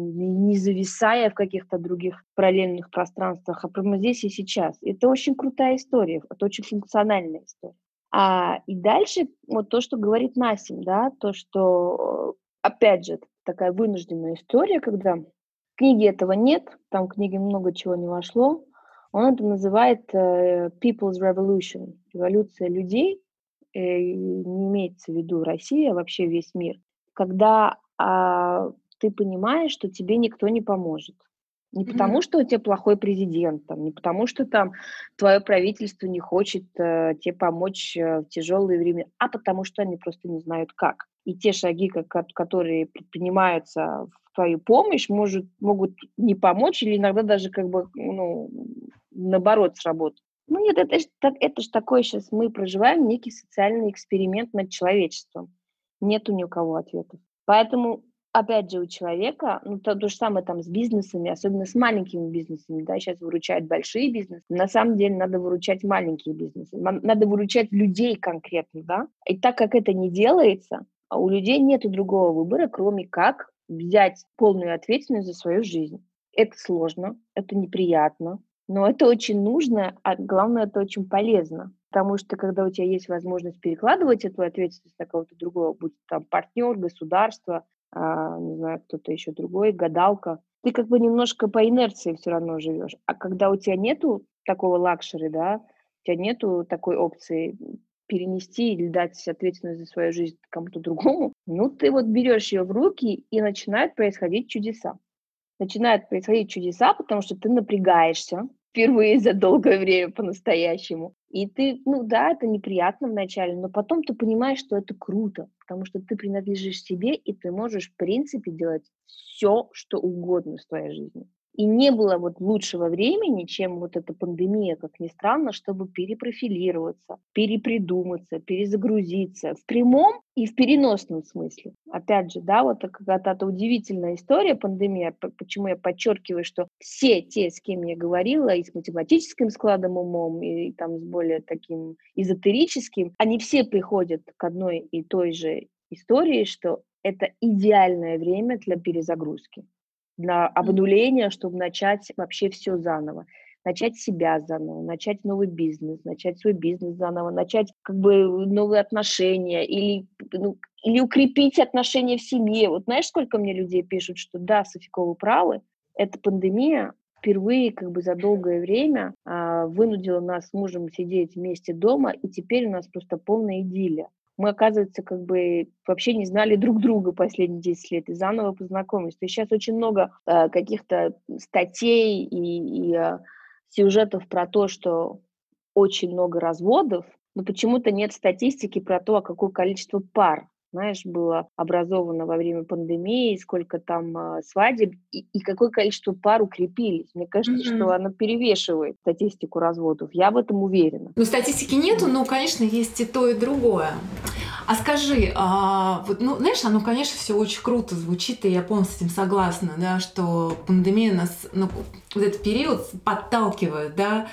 не зависая в каких-то других параллельных пространствах, а прямо здесь и сейчас. Это очень крутая история, это очень функциональная история. И дальше вот то, что говорит Насим, да, то, что, опять же, такая вынужденная история, когда в книге этого нет, там в книге много чего не вошло, он это называет People's Revolution, революция людей, не имеется в виду Россия, а вообще весь мир, когда ты понимаешь, что тебе никто не поможет. Не потому, что у тебя плохой президент, не потому, что твое правительство не хочет тебе помочь в тяжелые времена, а потому, что они просто не знают как. И те шаги, которые предпринимаются в твою помощь, могут не помочь или иногда даже наоборот сработать. Нет, это ж такой сейчас мы проживаем некий социальный эксперимент над человечеством. Нету ни у кого ответов. Поэтому опять же, у человека, ну, то же самое там с бизнесами, особенно с маленькими бизнесами, да, сейчас выручают большие бизнесы, на самом деле надо выручать маленькие бизнесы, надо выручать людей конкретно, да, и так как это не делается, а у людей нету другого выбора, кроме как взять полную ответственность за свою жизнь. Это сложно, это неприятно, но это очень нужно, а главное, это очень полезно. Потому что когда у тебя есть возможность перекладывать эту ответственность на кого-то другого, будь то там партнер, государство, не знаю, кто-то еще другой, гадалка, ты как бы немножко по инерции все равно живешь. А когда у тебя нету такого лакшери, да, у тебя нету такой опции перенести или дать ответственность за свою жизнь кому-то другому, ну, ты вот берешь ее в руки, и начинают происходить чудеса. Начинают происходить чудеса, потому что ты напрягаешься впервые за долгое время по-настоящему. И ты, ну да, это неприятно вначале, но потом ты понимаешь, что это круто, потому что ты принадлежишь себе, и ты можешь, в принципе, делать все, что угодно в твоей жизни. И не было вот лучшего времени, чем вот эта пандемия, как ни странно, чтобы перепрофилироваться, перепридуматься, перезагрузиться в прямом и в переносном смысле. Опять же, да, вот какая-то удивительная история, пандемия, почему я подчеркиваю, что все те, с кем я говорила, и с математическим складом умом, и там с более таким эзотерическим, они все приходят к одной и той же истории, что это идеальное время для перезагрузки, для обнуления, чтобы начать вообще все заново. Начать себя заново, начать новый бизнес, начать свой бизнес заново, начать как бы новые отношения или, ну, или укрепить отношения в семье. Вот знаешь, сколько мне людей пишут, что да, Софико, вы правы, эта пандемия впервые как бы за долгое время вынудила нас с мужем сидеть вместе дома, и теперь у нас просто полная идиллия. Мы, оказывается, как бы вообще не знали друг друга последние 10 лет и заново познакомились. То есть сейчас очень много каких-то статей и сюжетов про то, что очень много разводов, но почему-то нет статистики про то, какое количество пар, знаешь, было образовано во время пандемии, сколько там свадеб и какое количество пар укрепились. Мне кажется, что Мгм. оно перевешивает статистику разводов. Я в этом уверена. Ну, статистики нету, но, конечно, есть и то, и другое. А скажи, вот, ну, знаешь, оно, конечно, все очень круто звучит, и я полностью с этим согласна, да, что пандемия нас, ну, вот этот период подталкивает, да,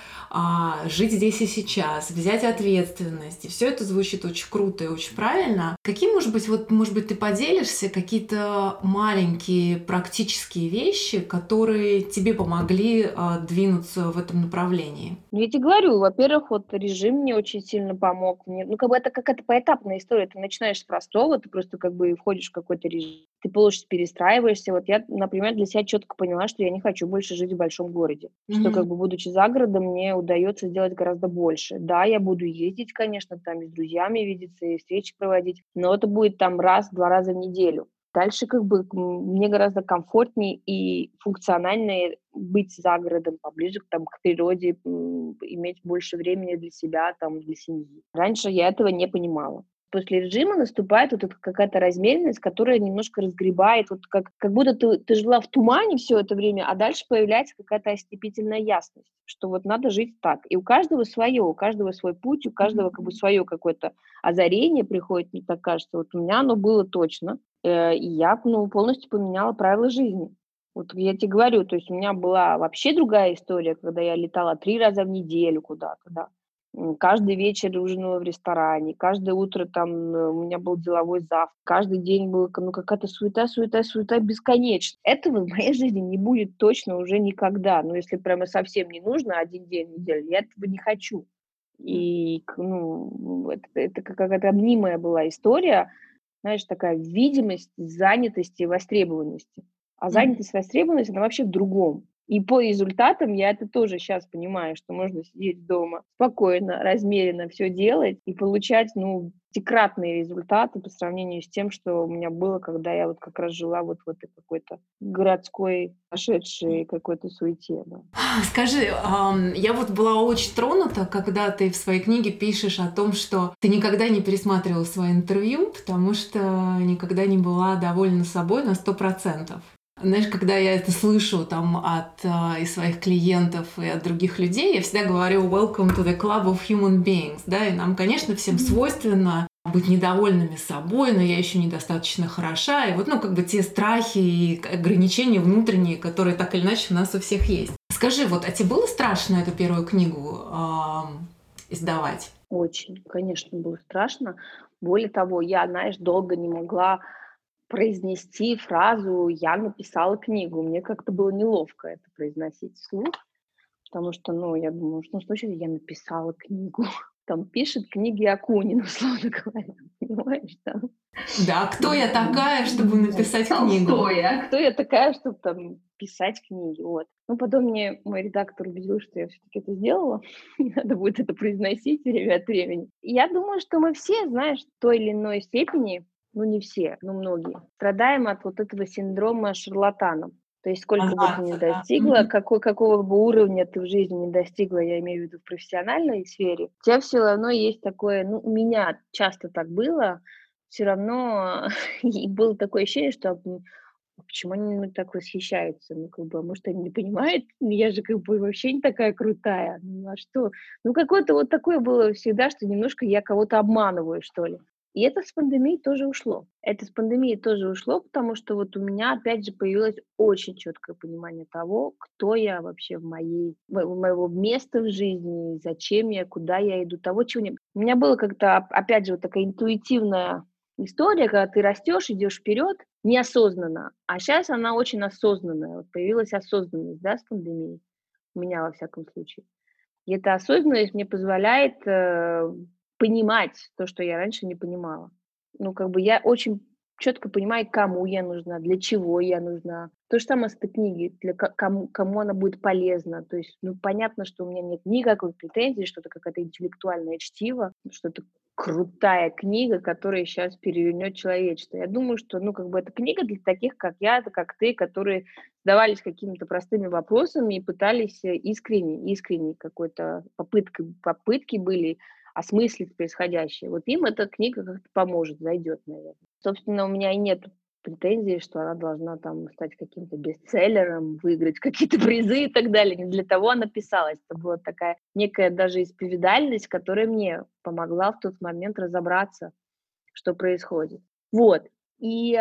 жить здесь и сейчас, взять ответственность, и все это звучит очень круто и очень правильно. Какие, может быть, ты поделишься, какие-то маленькие практические вещи, которые тебе помогли двинуться в этом направлении? Ну, я тебе говорю, во-первых, вот режим мне очень сильно помог. Мне, ну, как бы это какая-то поэтапная история. Ты начинаешь с простого, ты просто как бы входишь в какой-то режим, ты полностью перестраиваешься. Вот я, например, для себя четко поняла, что я не хочу больше жить в большом городе. Что как Мгм. бы, будучи за городом, мне удается сделать гораздо больше. Да, я буду ездить, конечно, там и с друзьями видеться, и встречи проводить, но это будет там раз-два раза в неделю. Дальше как бы мне гораздо комфортнее и функциональнее быть за городом, поближе там, к природе, иметь больше времени для себя, там, для семьи. Раньше я этого не понимала. После режима наступает вот эта какая-то размеренность, которая немножко разгребает, вот как будто ты жила в тумане все это время, а дальше появляется какая-то ослепительная ясность, что вот надо жить так. И у каждого свое, у каждого свой путь, у каждого как бы свое какое-то озарение приходит, мне так кажется. Вот у меня оно было точно. И я, ну, полностью поменяла правила жизни. Вот я тебе говорю, то есть у меня была вообще другая история, когда я летала 3 раза в неделю куда-то, да. Каждый вечер ужинала в ресторане, каждое утро там у меня был деловой завтрак, каждый день была ну, какая-то суета, суета, суета бесконечно. Этого в моей жизни не будет точно уже никогда. Но если прямо совсем не нужно один день в неделю, я этого не хочу. И, ну, это какая-то мнимая была история, знаешь, такая видимость занятости и востребованности. А Мгм. занятость и востребованность, она вообще в другом. И по результатам я это тоже сейчас понимаю, что можно сидеть дома спокойно, размеренно все делать и получать, ну, десятикратные результаты по сравнению с тем, что у меня было, когда я вот как раз жила вот в этой какой-то городской, пошедшей какой-то суете, да. Скажи, я вот была очень тронута, когда ты в своей книге пишешь о том, что ты никогда не пересматривала свои интервью, потому что никогда не была довольна собой на 100%. Знаешь, когда я это слышу там от и своих клиентов, и от других людей, я всегда говорю "Welcome to the club of human beings", да, и нам, конечно, всем Мгм. свойственно быть недовольными собой, но я еще недостаточно хороша, и вот, ну, как бы те страхи и ограничения внутренние, которые так или иначе у нас у всех есть. Скажи, вот, а тебе было страшно эту первую книгу издавать? Очень, конечно, было страшно. Более того, я, знаешь, долго не могла произнести фразу "я написала книгу". Мне как-то было неловко это произносить вслух, потому что, ну, я думаю, что, ну, в случае я написала книгу. Там пишет книги Акунин, условно говоря, понимаешь, там. Да, кто я такая, чтобы написать книгу? Толстой, а кто я такая, чтобы там писать книги, вот. Ну, потом мне мой редактор убедил, что я все-таки это сделала, не надо будет это произносить время от времени. И я думаю, что мы все, знаешь, в той или иной степени, ну, не все, но многие, страдаем от вот этого синдрома шарлатана. То есть сколько бы ты Ага, ни ага. достигла, какого бы уровня ты в жизни не достигла, я имею в виду в профессиональной сфере, у тебя все равно есть такое, ну, у меня часто так было, все равно и было такое ощущение, что, почему они мной так восхищаются? Ну, как бы, а может, они не понимают? Ну, я же, как бы, вообще не такая крутая. Ну, а что? Ну, какое-то вот такое было всегда, что немножко я кого-то обманываю, что ли. И это с пандемией тоже ушло. Это с пандемией тоже ушло, потому что вот у меня, опять же, появилось очень четкое понимание того, кто я вообще моего места в жизни, зачем я, куда я иду, того, чего не... У меня было как-то, опять же, вот такая интуитивная история, когда ты растешь, идешь вперед неосознанно, а сейчас она очень осознанная. Вот появилась осознанность, да, с пандемией, у меня во всяком случае. И эта осознанность мне позволяет, понимать то, что я раньше не понимала. Ну, как бы я очень четко понимаю, кому я нужна, для чего я нужна. То же самое с этой книгой, для кому она будет полезна. То есть, ну, понятно, что у меня нет никакой претензии, что это какая-то интеллектуальное чтиво, что это крутая книга, которая сейчас перевернет человечество. Я думаю, что, ну, как бы это книга для таких, как я, это как ты, которые задавались какими-то простыми вопросами и пытались искренне какой-то попытки были осмыслить происходящее. Вот им эта книга как-то поможет, зайдет, наверное. Собственно, у меня и нет претензий, что она должна там стать каким-то бестселлером, выиграть какие-то призы и так далее. Не для того она писалась. Это была такая некая даже исповедальность, которая мне помогла в тот момент разобраться, что происходит. Вот. И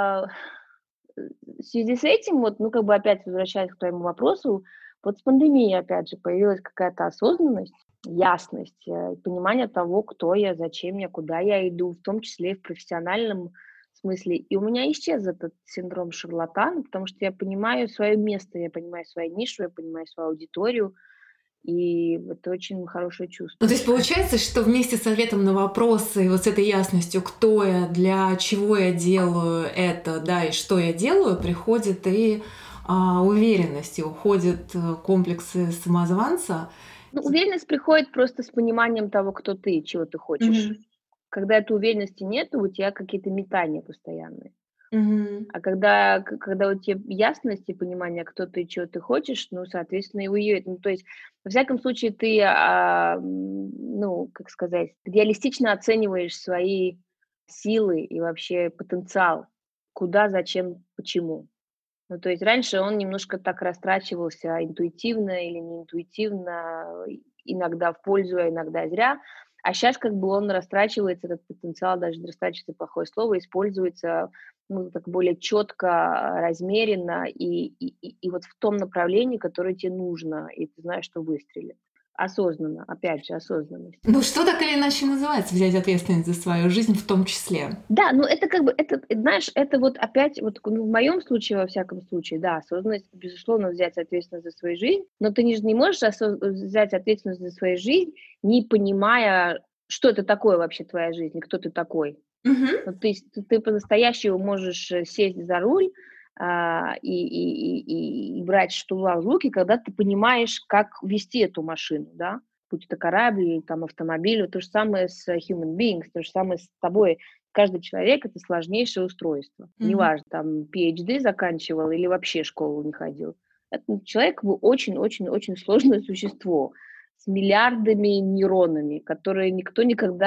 в связи с этим, вот, ну, как бы опять возвращаясь к твоему вопросу, вот с пандемией, опять же, появилась какая-то осознанность, ясность, понимание того, кто я, зачем я, куда я иду, в том числе и в профессиональном смысле. И у меня исчез этот синдром шарлатана, потому что я понимаю свое место, я понимаю свою нишу, я понимаю свою аудиторию, и это очень хорошее Ну, то чувство. есть получается, что вместе с ответом на вопросы, и вот с этой ясностью, кто я, для чего я делаю это, да, и что я делаю, приходит и уверенность, и уходят комплексы самозванца. Ну, уверенность приходит просто с пониманием того, кто ты, чего ты хочешь. Мгм. Когда этой уверенности нет, у тебя какие-то метания постоянные. Мгм. А когда у тебя ясность и понимание, кто ты и чего ты хочешь, ну, соответственно, и уедет. Ну, то есть, во всяком случае, ты, ну, как сказать, реалистично оцениваешь свои силы и вообще потенциал. Куда, зачем, почему. Ну, то есть раньше он немножко так растрачивался интуитивно или неинтуитивно, иногда в пользу, а иногда зря. А сейчас как бы он растрачивается, этот потенциал, даже растрачивается плохое слово, используется, ну, так более четко, размеренно и вот в том направлении, которое тебе нужно, и ты знаешь, что выстрелит. Осознанно, опять же, осознанность. Ну, что так или иначе называется взять ответственность за свою жизнь в том числе? Да, ну это как бы, это, знаешь, это вот опять, вот ну, в моем случае, во всяком случае, да, осознанность, безусловно, взять ответственность за свою жизнь, но ты не можешь взять ответственность за свою жизнь, не понимая, что это такое вообще твоя жизнь, и кто ты такой. Мгм. Ну, ты по-настоящему можешь сесть за руль и брать штурвал в руки, когда ты понимаешь, как вести эту машину, да, будь это корабль или там автомобиль, вот то же самое с human beings, то же самое с тобой. Каждый человек — это сложнейшее устройство. Мгм. Неважно, там, PhD заканчивал или вообще в школу не ходил. Это человек — очень-очень-очень сложное существо с миллиардами нейронами, которые никто никогда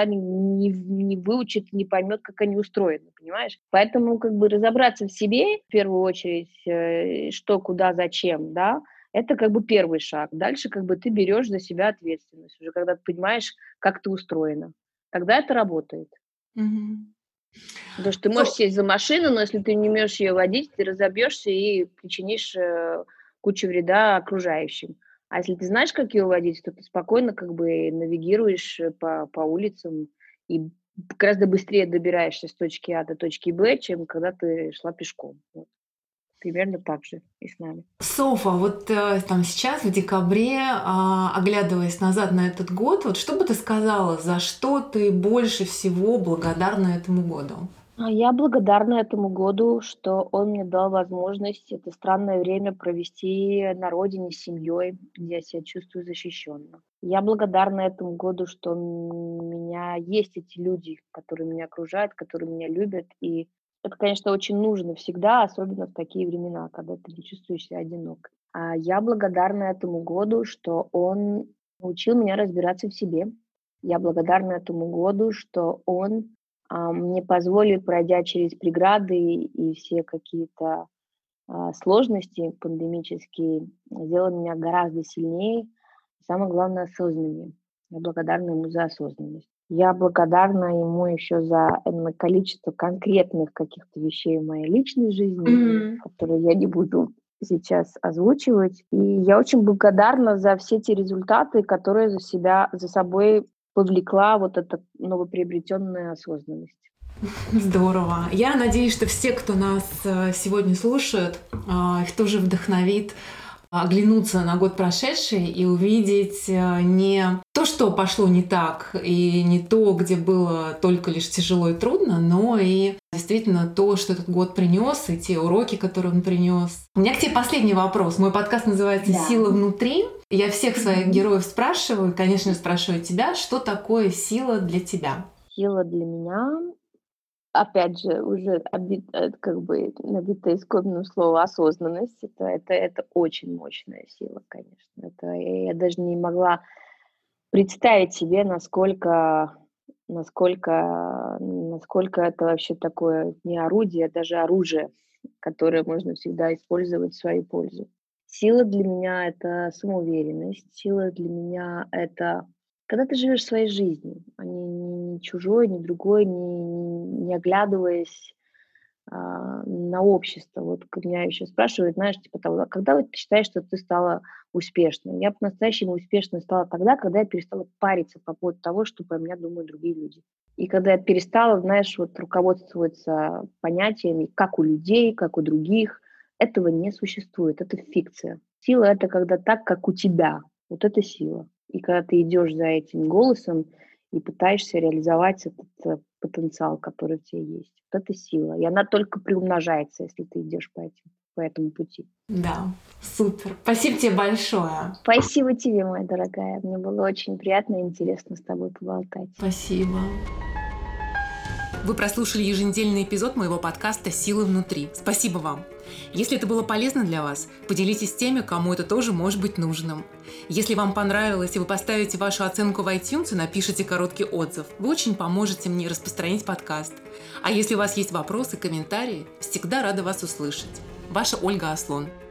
не выучит, не поймет, как они устроены, понимаешь? Поэтому как бы разобраться в себе, в первую очередь, что, куда, зачем, да, это как бы первый шаг. Дальше как бы ты берешь за себя ответственность, уже когда ты понимаешь, как ты устроена. Тогда это работает. Мгм. Потому что ты можешь сесть за машину, но если ты не умеешь ее водить, ты разобьешься и причинишь кучу вреда окружающим. А если ты знаешь, как ее водить, то ты спокойно как бы навигируешь по улицам и гораздо быстрее добираешься с точки А до точки Б, чем когда ты шла пешком. Вот. Примерно так же и с нами. Софа, вот там сейчас, в декабре, оглядываясь назад на этот год, вот что бы ты сказала, за что ты больше всего благодарна этому году? Я благодарна этому году, что он мне дал возможность это странное время провести на родине с семьей, где я себя чувствую защищенно. Я благодарна этому году, что у меня есть эти люди, которые меня окружают, которые меня любят. И это, конечно, очень нужно всегда, особенно в такие времена, когда ты не чувствуешь себя одинок. А я благодарна этому году, что он научил меня разбираться в себе. Я благодарна этому году, что он мне позволит, пройдя через преграды и все какие-то сложности пандемические, сделал меня гораздо сильнее, и самое главное, осознаннее. Я благодарна ему за осознанность. Я благодарна ему еще за количество конкретных каких-то вещей в моей личной жизни, Мгм. которые я не буду сейчас озвучивать. И я очень благодарна за все те результаты, которые за собой повлекла вот эта новоприобретенная осознанность. Здорово. Я надеюсь, что все, кто нас сегодня слушают, их тоже вдохновит оглянуться на год прошедший и увидеть не то, что пошло не так, и не то, где было только лишь тяжело и трудно, но и действительно то, что этот год принес, и те уроки, которые он принес. У меня к тебе последний вопрос. Мой подкаст называется Да. «Сила внутри». Я всех своих героев спрашиваю, конечно, спрашиваю тебя, что такое сила для тебя? Сила для меня, опять же, уже как бы набитое искомым слово осознанность. Это очень мощная сила, конечно. Это я даже не могла представить себе, насколько это вообще такое не орудие, а даже оружие, которое можно всегда использовать в свою пользу. Сила для меня — это самоуверенность. Сила для меня — это когда ты живешь своей жизнью, а не чужой, не другой, не оглядываясь на общество. Вот меня еще спрашивают, знаешь, типа того: «А когда вот ты считаешь, что ты стала успешной?» Я по-настоящему успешной стала тогда, когда я перестала париться по поводу того, что про меня думают другие люди. И когда я перестала, знаешь, вот руководствоваться понятиями, как у людей, как у других. Этого не существует, это фикция. Сила — это когда так, как у тебя. Вот это сила. И когда ты идешь за этим голосом и пытаешься реализовать этот потенциал, который в тебе есть. Вот это сила. И она только приумножается, если ты идешь по этому пути. Да, супер. Спасибо тебе большое. Спасибо тебе, моя дорогая. Мне было очень приятно и интересно с тобой поболтать. Спасибо. Вы прослушали еженедельный эпизод моего подкаста «Сила внутри». Спасибо вам. Если это было полезно для вас, поделитесь с теми, кому это тоже может быть нужным. Если вам понравилось и вы поставите вашу оценку в iTunes и напишите короткий отзыв, вы очень поможете мне распространить подкаст. А если у вас есть вопросы, комментарии, всегда рада вас услышать. Ваша Ольга Аслон.